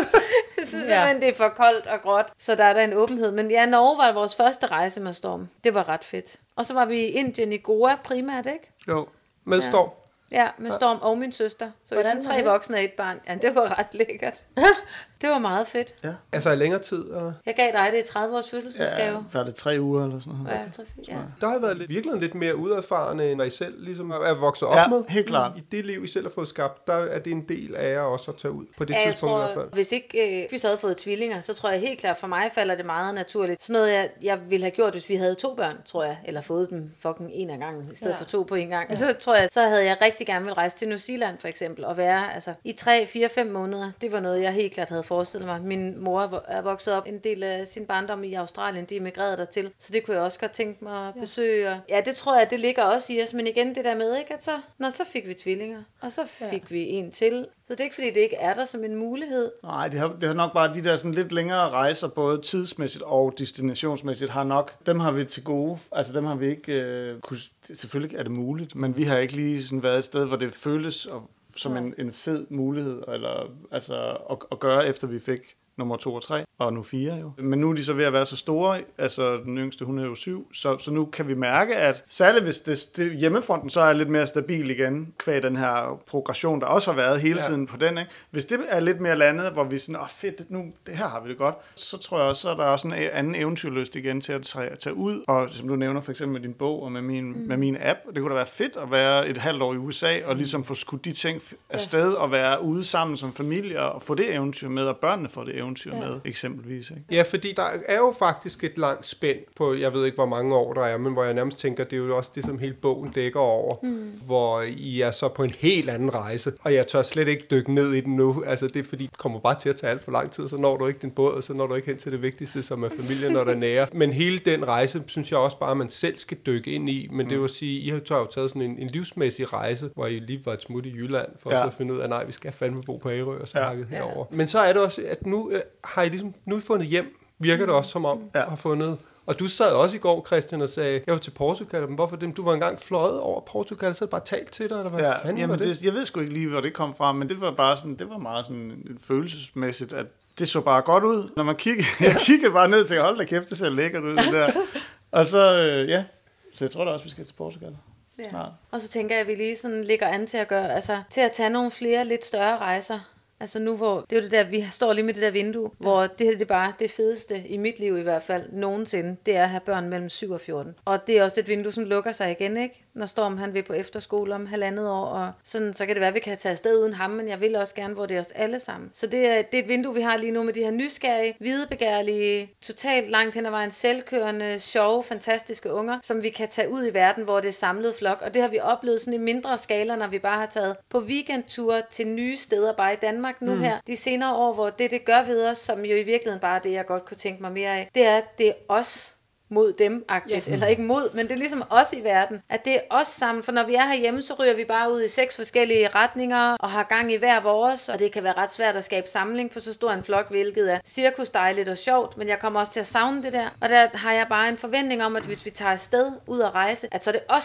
Jeg synes ja. simpelthen, det er for koldt og gråt, så der er der en åbenhed. Men ja, Norge var vores første rejse med Storm. Det var ret fedt. Og så var vi i Indien i Goa primært, ikke? Jo, med ja. Storm. Ja, med Storm og min søster. Så vi var tre voksne og et barn. Ja, det var ret lækkert. Det var meget fedt. Ja. Altså i længere tid, eller? Jeg gav dig det i tredive års fødselsdagsgave. Ja, var det tre uger eller sådan noget? Ja, tre, ja. Der har været lidt, virkelig lidt mere uderfarende, end hvad I selv ligesom er vokset op ja, med. helt klart. I det liv, I selv har fået skabt, der er det en del af jer også at tage ud. På det ja, tidspunkt tror, i hvert fald. Hvis ikke øh, vi så havde fået tvillinger, så tror jeg helt klart, for mig falder det meget naturligt. Sådan noget, jeg, jeg ville have gjort, hvis vi havde to børn, tror jeg. Eller fået dem fucking en af gangen, i stedet ja. for to på en gang. Ja. Så tror jeg, så havde jeg rigtig gerne vil rejse til New Zealand for eksempel, og være altså, i tre, fire, fem måneder. Det var noget, jeg helt klart havde forestillet mig. Min mor er vokset op en del af sin barndom i Australien, de emigrerede dertil, så det kunne jeg også godt tænke mig at besøge. Ja, ja det tror jeg, det ligger også i os, men igen det der med, ikke, at så, når så fik vi tvillinger, og så fik ja. vi en til. Så det er ikke fordi, det ikke er der som en mulighed. Nej, det har, det har nok bare de der sådan lidt længere rejser, både tidsmæssigt og destinationsmæssigt, har nok, dem har vi til gode. Altså dem har vi ikke, øh, kunne, selvfølgelig er det muligt, men vi har ikke lige sådan været et sted, hvor det føles og, som en, en fed mulighed, eller altså at, at gøre, efter vi fik nummer to og tre, og nu fire jo. Men nu er de så ved at være så store, altså den yngste, hun er jo syv, så, så nu kan vi mærke, at særligt hvis det, det, hjemmefronten så er lidt mere stabil igen, kvæg den her progression, der også har været hele ja. tiden på den, ikke? Hvis det er lidt mere landet, hvor vi sådan, åh oh, fedt, nu, det her har vi det godt, så tror jeg også, så er der også en anden eventyrlyst igen til at tage, tage ud, og som du nævner for eksempel med din bog og med min, mm. med min app, det kunne da være fedt at være et halvt år i U S A, og ligesom få skudt de ting afsted, og være ude sammen som familie, og få det eventyr med, og børnene får det eventyr ja. med, eksempelvis. Ikke? Ja, fordi der er jo faktisk et langt spænd på, jeg ved ikke, hvor mange år der er, men hvor jeg nærmest tænker, det er jo også det, som hele bogen dækker over, mm. hvor I er så på en helt anden rejse, og jeg tør slet ikke dykke ned i den nu. Altså, det er fordi, det kommer bare til at tage alt for lang tid, så når du ikke din båd, og så når du ikke hen til det vigtigste, som er familien, når der er nære. Men hele den rejse, synes jeg også bare, at man selv skal dykke ind i, men mm. det vil sige, I har jo taget sådan en, en livsmæssig rejse, hvor I lige var et smut i Jylland, for ja. at finde ud af, nej, vi skal fandme bo på Ærø, og så ja. hakket herover. Men så er det også, at nu øh, har I ligesom, nu er I fundet hjem, virker det også som om, ja. har fundet. Og du sad også i går, Christian, og sagde, jeg var til Portugal, men hvorfor det? Du var engang fløjet over Portugal, så det bare talt til dig, eller hvad ja, fanden jamen var det? det? Jeg ved sgu ikke lige, hvor det kom fra, men det var bare sådan, det var meget sådan følelsesmæssigt, at det så bare godt ud. Når man kiggede, jeg kiggede bare ned og tænkte, hold da kæft, det ser lækkert ud, det der. Og så, øh, ja, så jeg tror da også, vi skal til Portugal. Ja. Snart. Og så tænker jeg, at vi lige sådan ligger an til at gøre, altså til at tage nogle flere lidt større rejser. Altså nu hvor, det er jo det der, vi står lige med det der vindue, ja. hvor det her det er bare det fedeste i mit liv i hvert fald nogensinde, det er at have børn mellem syv og fjorten. Og det er også et vindue, som lukker sig igen, ikke? Når Storm han vil på efterskole om halvandet år, og sådan, så kan det være, at vi kan tage afsted uden ham, men jeg vil også gerne, hvor det er os alle sammen. Så det er, det er et vindue, vi har lige nu med de her nysgerrige, hvidebegærlige, totalt langt hen ad vejen selvkørende, sjove, fantastiske unger, som vi kan tage ud i verden, hvor det er samlet flok. Og det har vi oplevet sådan i mindre skala, når vi bare har taget på weekendture til nye steder bare i Danmark nu mm. her. De senere år, hvor det, det gør ved os, som jo i virkeligheden bare er det, jeg godt kunne tænke mig mere af, det er, det er os mod dem-agtigt, yeah. eller ikke mod, men det er ligesom os i verden, at det er os sammen, for når vi er herhjemme, så ryger vi bare ud i seks forskellige retninger, og har gang i hver vores, og det kan være ret svært at skabe samling på så stor en flok, hvilket er cirkusdejligt og sjovt, men jeg kommer også til at savne det der, og der har jeg bare en forventning om, at hvis vi tager afsted ud og rejse, at så er det os,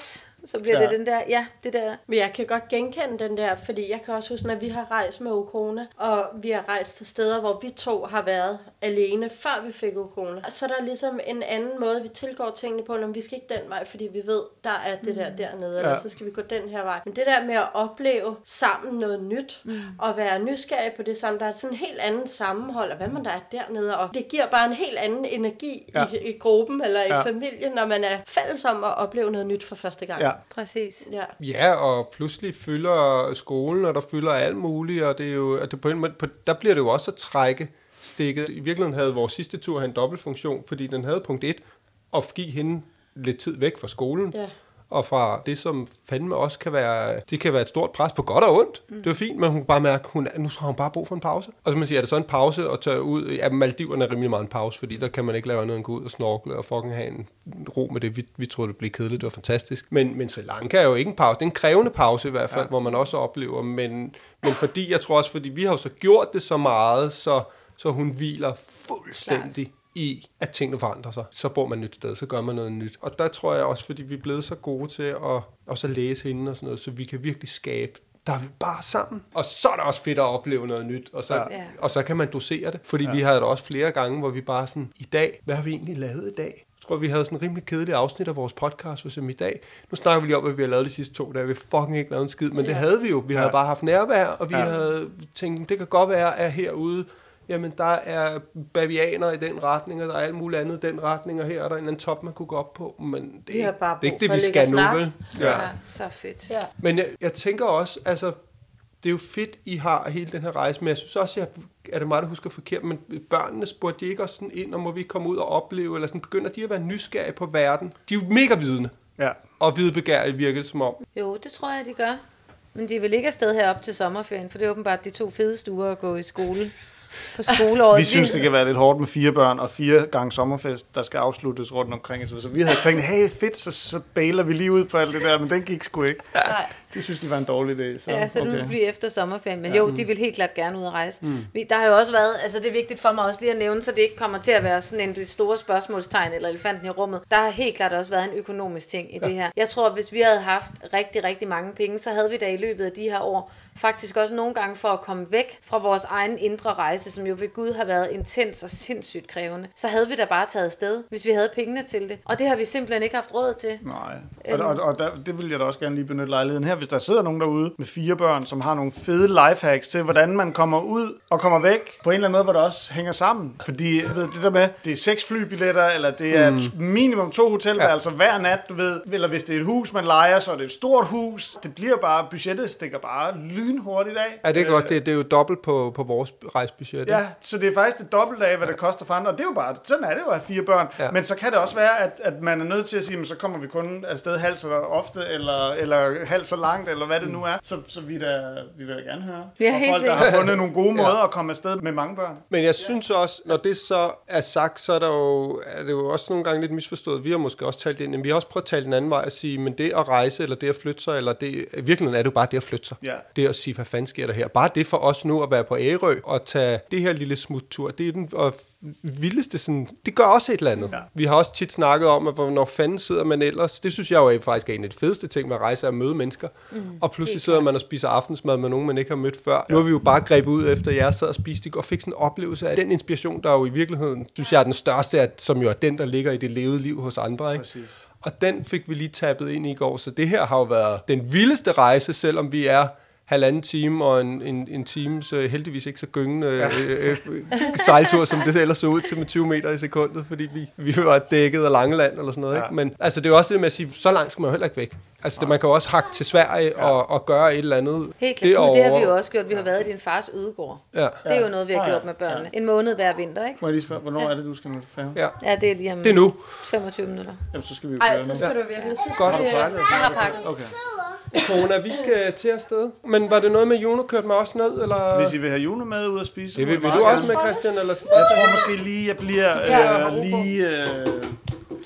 Så bliver Ja. det den der, ja, det der. Men jeg kan godt genkende den der, fordi jeg kan også huske, at vi har rejst med Ukone, og vi har rejst til steder, hvor vi to har været alene, før vi fik Ukone. Så er der ligesom en anden måde, vi tilgår tingene på, når vi skal ikke den vej, fordi vi ved, der er det der dernede, ja. Eller så skal vi gå den her vej. Men det der med at opleve sammen noget nyt, mm. og være nysgerrig på det sammen, der er sådan en helt anden sammenhold, og hvad man der er dernede, og det giver bare en helt anden energi ja. i, i gruppen, eller i ja. familien, når man er fælles om at opleve noget nyt for første gang. Ja. Præcis. Ja. Ja, og pludselig fylder skolen, og der fylder alt muligt, og det er jo, at det på en måde, på, der bliver det jo også at trække stikket. I virkeligheden havde vores sidste tur en dobbeltfunktion, fordi den havde punkt et, at give hende lidt tid væk fra skolen. Ja. Og fra det, som fandme også kan være, det kan være et stort pres på godt og ondt. Mm. Det er fint, men hun kan bare mærke, hun, nu har hun bare brug for en pause. Og så man siger, er det så en pause at tage ud? Ja, Maldiverne er rimelig meget en pause, fordi der kan man ikke lave andet end gå ud og snorkle og fucking have en ro med det. Vi, vi troede, det blev kedeligt, det var fantastisk. Men, men Sri Lanka er jo ikke en pause. Det er en krævende pause i hvert fald, ja. Hvor man også oplever. Men, men fordi, jeg tror også, fordi vi har jo så gjort det så meget, så, så hun hviler fuldstændig i, at tingene forandrer sig. Så bor man et nyt sted, så gør man noget nyt. Og der tror jeg også, fordi vi er blevet så gode til at også læse hende og sådan noget, så vi kan virkelig skabe, der er vi bare sammen. Og så er det også fedt at opleve noget nyt, og så, ja. og så kan man dosere det. Fordi ja. Vi havde det også flere gange, hvor vi bare sådan, i dag, hvad har vi egentlig lavet i dag? Jeg tror, vi havde sådan en rimelig kedelig afsnit af vores podcast, for eksempel i dag. Nu snakker vi lige om, hvad vi har lavet de sidste to dage. Vi fucking ikke lavet en skid, men ja. Det havde vi jo. Vi ja. Havde bare haft nærvær, og vi ja. Havde tænkt, det kan godt være, at herude, jamen der er bavianer i den retning, og der er alt muligt andet i den retning, og her er der en eller anden top, man kunne gå op på, men det er, det er ikke det, vi skal nu, vel? Ja. Ja, så fedt. Ja. Men jeg, jeg tænker også, altså, det er jo fedt, I har hele den her rejse, men jeg synes også, jeg, er det meget, der husker forkert, men børnene spurgte de ikke også sådan ind, og må vi komme ud og opleve, eller sådan begynder de at være nysgerrige på verden? De er jo mega vidende, ja. Og videbegærlige virker det som om. Jo, det tror jeg, de gør. Men de vil ikke afsted herop til sommerferien, for det er åbenbart de to fedeste uger at gå i skole. På skoleåret. Vi synes, det kan være lidt hårdt med fire børn og fire gange sommerfest, der skal afsluttes rundt omkring. Så vi havde tænkt, hey fedt, så, så bailer vi lige ud på alt det der, men den gik sgu ikke. Nej. Det synes de var en dårlig idé. Så, ja, så okay. Det bliver efter sommerferien. Men ja. Jo, de vil helt klart gerne ud at rejse. Mm. Der har jo også været, altså det er vigtigt for mig også lige at nævne, så det ikke kommer til at være sådan en det store spørgsmålstegn eller elefanten i rummet. Der har helt klart også været en økonomisk ting i ja. Det her. Jeg tror, hvis vi havde haft rigtig, rigtig mange penge, så havde vi da i løbet af de her år faktisk også nogle gange for at komme væk fra vores egen indre rejse, som jo ved Gud har været intens og sindssygt krævende. Så havde vi da bare taget afsted, hvis vi havde pengene til det. Og det har vi simpelthen ikke haft råd til. Nej, og, og, og der, det vil jeg da også gerne lige benytte lejligheden her. Hvis der sidder nogen derude med fire børn, som har nogle fede lifehacks til, hvordan man kommer ud og kommer væk på en eller anden måde, hvor det også hænger sammen. Fordi ved, det der med, det er seks flybilletter, eller det er mm. minimum to hotelværelser ja. Hver nat, du ved. Eller hvis det er et hus, man lejer, så er det et stort hus. Det bliver bare, budgettet stikker bare lynhurtigt af. Ja, det er godt. Det, det er jo dobbelt på, på vores rejsebudget. Ja, så det er faktisk det dobbelt af, hvad ja. Det koster for andre. Og det er jo bare, sådan er det jo at have fire børn. Ja. Men så kan det også være, at, at man er nødt til at sige, så kommer vi kun afsted halvt så ofte, eller, eller halvt så langt, eller hvad det nu er. Så, så vi, da, vi vil da gerne høre. Ja, og folk, der har fundet nogle gode måder ja. At komme afsted med mange børn. Men jeg synes også, når det så er sagt, så er, der jo, er det jo også nogle gange lidt misforstået. Vi har måske også talt ind, men vi har også prøvet at tale den anden vej og sige, men det at rejse, eller det at flytte sig, eller det, i virkeligheden er det jo bare det at flytte sig. Ja. Det at sige, hvad fanden sker der her? Bare det for os nu at være på Ærø og tage det her lille smuttur, det er den og vildeste sådan, det gør også et eller andet. Ja. Vi har også tit snakket om, at hvornår fanden sidder man ellers, det synes jeg jo er faktisk er en af de fedeste ting med at rejse, at møde mennesker, mm, og pludselig sidder man og spiser aftensmad med nogen, man ikke har mødt før. Ja. Nu har vi jo bare grebet ud efter, at jeg sad og spiste og fik sådan en oplevelse af den inspiration, der jo i virkeligheden, synes jeg er den største, at, som jo er den, der ligger i det levede liv hos andre. Ikke? Præcis. Og den fik vi lige tappet ind i går, så det her har jo været den vildeste rejse, selvom vi er halvanden time og en, en, en times øh, heldigvis ikke så gyngende øh, øh, sejltur, som det ellers så ud til med tyve meter i sekundet, fordi vi, vi var dækket af Langeland eller sådan noget. Ja. Ikke? Men altså, det er jo også det med at sige, så langt skal man jo heller ikke væk. Altså, det, man kan jo også hakke til Sverige ja. og, og gøre et eller andet. Helt klart. Det, det har vi jo også gjort. Vi har været i din fars ødegård. Ja. Det er jo noget, vi har gjort med børnene. En måned hver vinter, ikke? Må jeg lige spørge, hvornår ja. Er det, du skal med færge? Ja. ja, det er lige om det er nu. femogtyve minutter. Jamen, så skal vi jo Ej, så skal ja. Du virkelig. Så godt. Vi, jeg har pakket. Okay. Kona, vi skal til afsted. Men var det noget med Juno kørte mig også ned? Eller? Hvis I vil have Juno med ud at spise. Det vil, vil du også med, Christian? Eller? Jeg tror måske lige, jeg bliver øh, lige... Øh,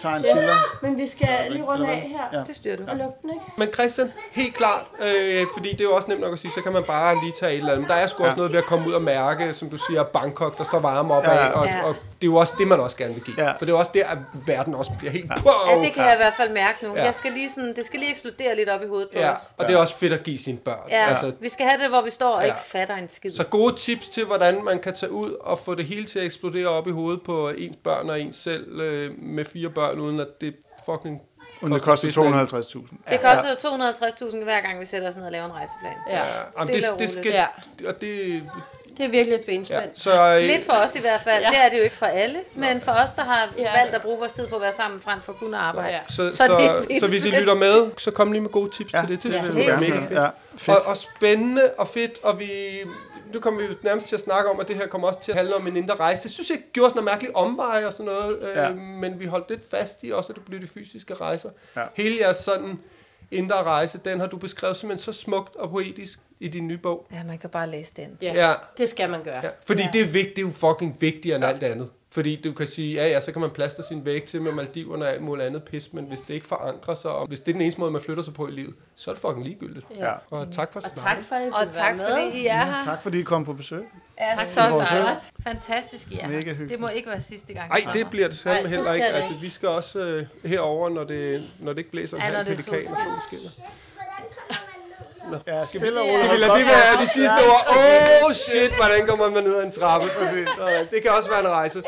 tager en Yes. chiller. Men vi skal lige runde af her. Ja. Det styrer du. Og lukke den, ikke? Men Christian, helt klart, øh, fordi det er jo også nemt nok at sige, så kan man bare lige tage et eller andet. Men der er sgu også Ja. noget ved at komme ud og mærke, som du siger, Bangkok, der står varme op Ja. af, og, Ja. og det er jo også det, man også gerne vil give. Ja. For det er også der, at verden også bliver helt... Ja, det kan jeg i hvert fald mærke nu. Ja. Jeg skal lige sådan, det skal lige eksplodere lidt op i hovedet på Ja, os. og det er også fedt at give sine børn. Ja, Altså, vi skal have det, hvor vi står og Ja. ikke fatter en skid. så gode tips til, hvordan man kan tage ud og få det hele til at eksplodere op i hovedet på ens børn og ens selv øh, med fire børn, uden at det fucking... Uden det koster to hundrede og halvtreds tusind. Det koster jo to hundrede og halvtreds tusind hver gang, vi sætter os ned og laver en rejseplan. Ja. Jamen, det, Stille og det skal... roligt. Ja. Og det... Det er virkelig et Ja, benspænd. så, øh, Lidt for os i hvert fald. Ja. Det er det jo ikke for alle, men for os, der har Ja. valgt at bruge vores tid på at være sammen frem for kun at arbejde. Ja. Så, Så så, det er så, et så hvis I benspænd. lytter med, så kom lige med gode tips Ja, til det. Det ja, synes helt jeg er sikkert. mega fedt. Ja, fedt. Og, og spændende og fedt, og vi... Nu kommer vi jo nærmest til at snakke om, at det her kommer også til at handle om en indre rejse. Det synes jeg gjorde sådan noget mærkeligt omveje og sådan noget, Ja. øh, men vi holdt lidt fast i også, at det blev de fysiske rejser. Ja. Hele jeres sådan indre rejse, den har du beskrevet simpelthen så smukt og poetisk i din nye bog. Ja, man kan bare læse den. Ja, Ja. det skal man gøre. Ja, fordi Ja. det er vigtigt, det er jo fucking vigtigere end alt andet. Fordi du kan sige, ja ja, så kan man plaster sin væg til med Maldiverne og alt muligt andet pis, men hvis det ikke forankrer sig, og hvis det er den eneste måde, man flytter sig på i livet, så er det fucking ligegyldigt. Ja. Og tak for Og snakken. tak for, at I Og ville tak være med. fordi I er her. Tak fordi I kom på besøg. Er Tak så for vores dejligt. øl. Fantastisk, I er Mega her. hyggeligt. Det må ikke være sidste gang. Nej, det bliver det Nej, sammen det heller skal ikke. det Altså, ikke. vi skal også øh, herover, når det, når det ikke blæser en Ja, når halv det er pelikan og solskin. solen skinner. Ja, stille og roligt. Skal vi lade det være de sidste ord? Oh shit, hvordan kommer man ned ad en trappe? Sådan. Det kan også være en rejse.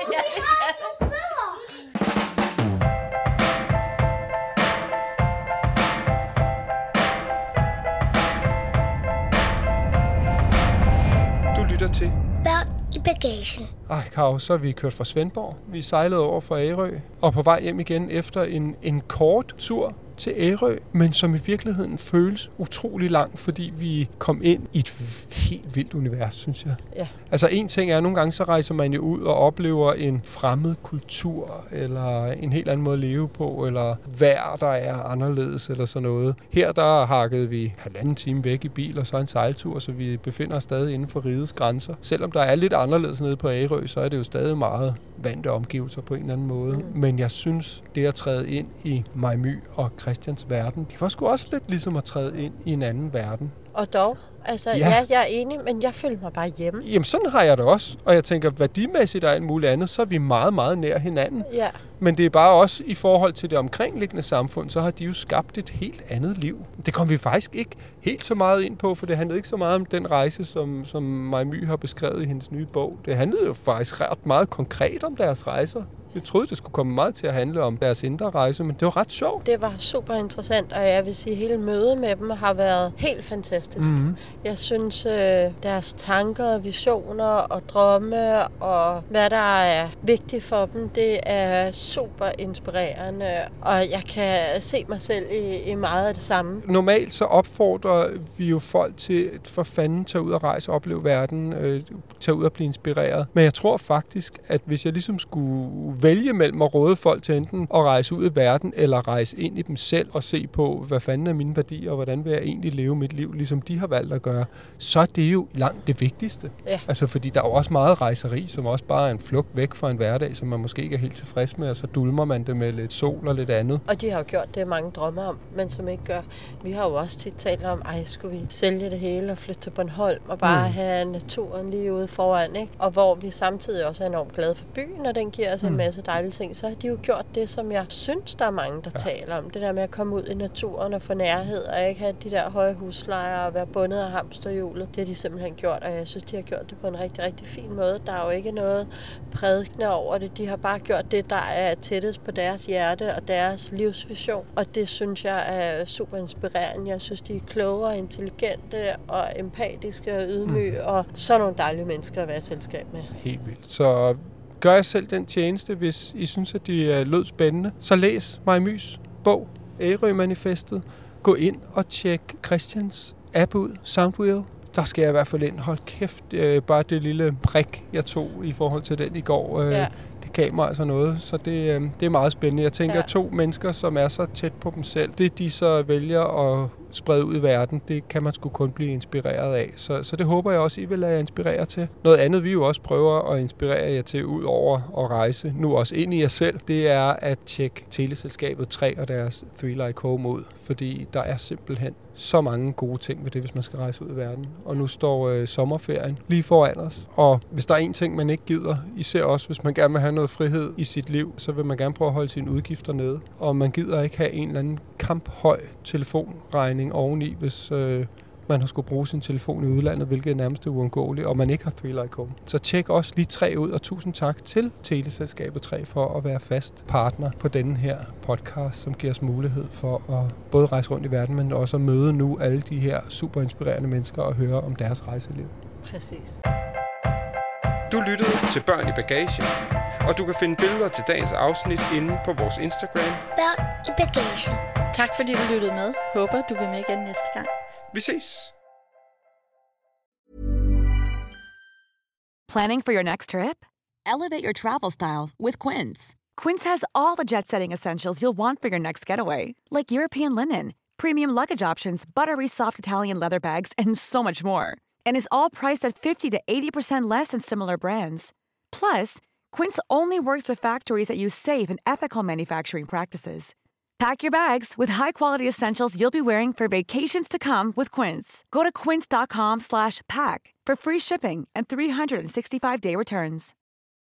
Du lytter til. Børn i bagagen. Ej, Karo, så er vi kørt fra Svendborg. Vi sejlede over fra Ærø, og på vej hjem igen efter en, en kort tur til Ærø, men som i virkeligheden føles utrolig lang, fordi vi kom ind i et helt vildt univers, synes jeg. Ja. Altså en ting er, at nogle gange så rejser man jo ud og oplever en fremmed kultur, eller en helt anden måde at leve på, eller vejr, der er anderledes, eller sådan noget. Her der hakkede vi halvanden time væk i bil, og så en sejltur, så vi befinder os stadig inden for rigets grænser. Selvom der er lidt anderledes nede på Ærø, så er det jo stadig meget vante omgivelser på en eller anden måde. Mm. Men jeg synes, det at træde ind i Mai My og Christians verden, det var sgu også lidt ligesom at træde ind i en anden verden. Og dog, altså Ja. ja. ja, jeg er enig, men jeg føler mig bare hjemme. Jamen sådan har jeg det også, og jeg tænker, værdimæssigt og alt muligt andet, så er vi meget, meget nær hinanden. Ja. Men det er bare også i forhold til det omkringliggende samfund, så har de jo skabt et helt andet liv. Det kom vi faktisk ikke helt så meget ind på, for det handlede ikke så meget om den rejse, som, som Mai My har beskrevet i hendes nye bog. Det handlede jo faktisk ret meget konkret om deres rejser. Jeg troede, det skulle komme meget til at handle om deres indre rejse, men det var ret sjovt. Det var super interessant, og jeg vil sige, at hele mødet med dem har været helt fantastisk. Mhm. Jeg synes, øh, deres tanker, visioner og drømme og hvad der er vigtigt for dem, det er super inspirerende, og jeg kan se mig selv i, i meget af det samme. Normalt så opfordrer vi jo folk til at for fanden tage ud og rejse og opleve verden, øh, tage ud og blive inspireret. Men jeg tror faktisk, at hvis jeg ligesom skulle vælge mellem at råde folk til enten at rejse ud i verden, eller rejse ind i dem selv og se på, hvad fanden er mine værdier, og hvordan vil jeg egentlig leve mit liv, ligesom de har valgt at gøre, så er det jo langt det vigtigste. Ja. Altså fordi der er jo også meget rejseri, som også bare er en flugt væk fra en hverdag, som man måske ikke er helt tilfreds med, og så dulmer man det med lidt sol og lidt andet. Og de har jo gjort det, mange drømmer om, men som ikke gør. Vi har jo også tit talt om, ej, skulle vi sælge det hele og flytte til Bornholm og bare mm. have naturen lige ude foran, ikke? Og hvor vi samtidig også er enormt glade for byen, og den giver os mm. en masse dejlige ting, så har de jo gjort det, som jeg synes, der er mange, der ja. taler om. Det der med at komme ud i naturen og få nærhed, og ikke have de der høje huslejer og være bundet af hamsterhjulet. Det har de simpelthen gjort, og jeg synes, de har gjort det på en rigtig, rigtig fin måde. Der er jo ikke noget prædikende over det. De har bare gjort det, der er tættest på deres hjerte og deres livsvision. Og det synes jeg er super inspirerende. Jeg synes, de er kloge og intelligente og empatiske og ydmyge, mm. og så nogle dejlige mennesker at være i selskab med. Helt vildt. Så gør jeg selv den tjeneste, hvis I synes, at de lød spændende. Så læs Mai Mys bog, Ærø-manifestet. Gå ind og tjek Christians app ud, Soundwheel. Der skal jeg i hvert fald ind. Hold kæft, øh, bare det lille prik, jeg tog i forhold til den i går. Øh, Ja. Det gav mig altså noget, så det, øh, det er meget spændende. Jeg tænker, Ja. to mennesker, som er så tæt på dem selv, det de så vælger at sprede ud i verden, det kan man sgu kun blive inspireret af. Så, så det håber jeg også, I vil lade jer inspirere til. Noget andet, vi jo også prøver at inspirere jer til, ud over at rejse, nu også ind i jer selv, det er at tjekke teleselskabet tre og deres Three Like Home ud. Fordi der er simpelthen så mange gode ting ved det, hvis man skal rejse ud i verden. Og nu står øh, sommerferien lige foran os. Og hvis der er en ting, man ikke gider, især også hvis man gerne vil have noget frihed i sit liv, så vil man gerne prøve at holde sine udgifter nede. Og man gider ikke have en eller anden kamphøj telefonregning oveni, hvis øh, man har skulle bruge sin telefon i udlandet, hvilket er nærmest uundgåeligt, og man ikke har Three Like Home. Så tjek også lige tre ud, og tusind tak til Teleselskabet tre for at være fast partner på denne her podcast, som giver os mulighed for at både rejse rundt i verden, men også at møde nu alle de her super inspirerende mennesker og høre om deres rejseliv. Præcis. Du lyttede til Børn i Bagagen, og du kan finde billeder til dagens afsnit inde på vores Instagram. Børn i Bagagen. Tak fordi du lyttede med. Håber du vil med igen næste gang. Vi ses! Planning for your next trip? Elevate your travel style with Quince. Quince has all the jet-setting essentials you'll want for your next getaway, like European linen, premium luggage options, buttery soft Italian leather bags, and so much more. And is all priced at fifty to eighty percent less than similar brands. Plus, Quince only works with factories that use safe and ethical manufacturing practices. Pack your bags with high-quality essentials you'll be wearing for vacations to come with Quince. Go to quince dot com slash pack for free shipping and three sixty-five day returns.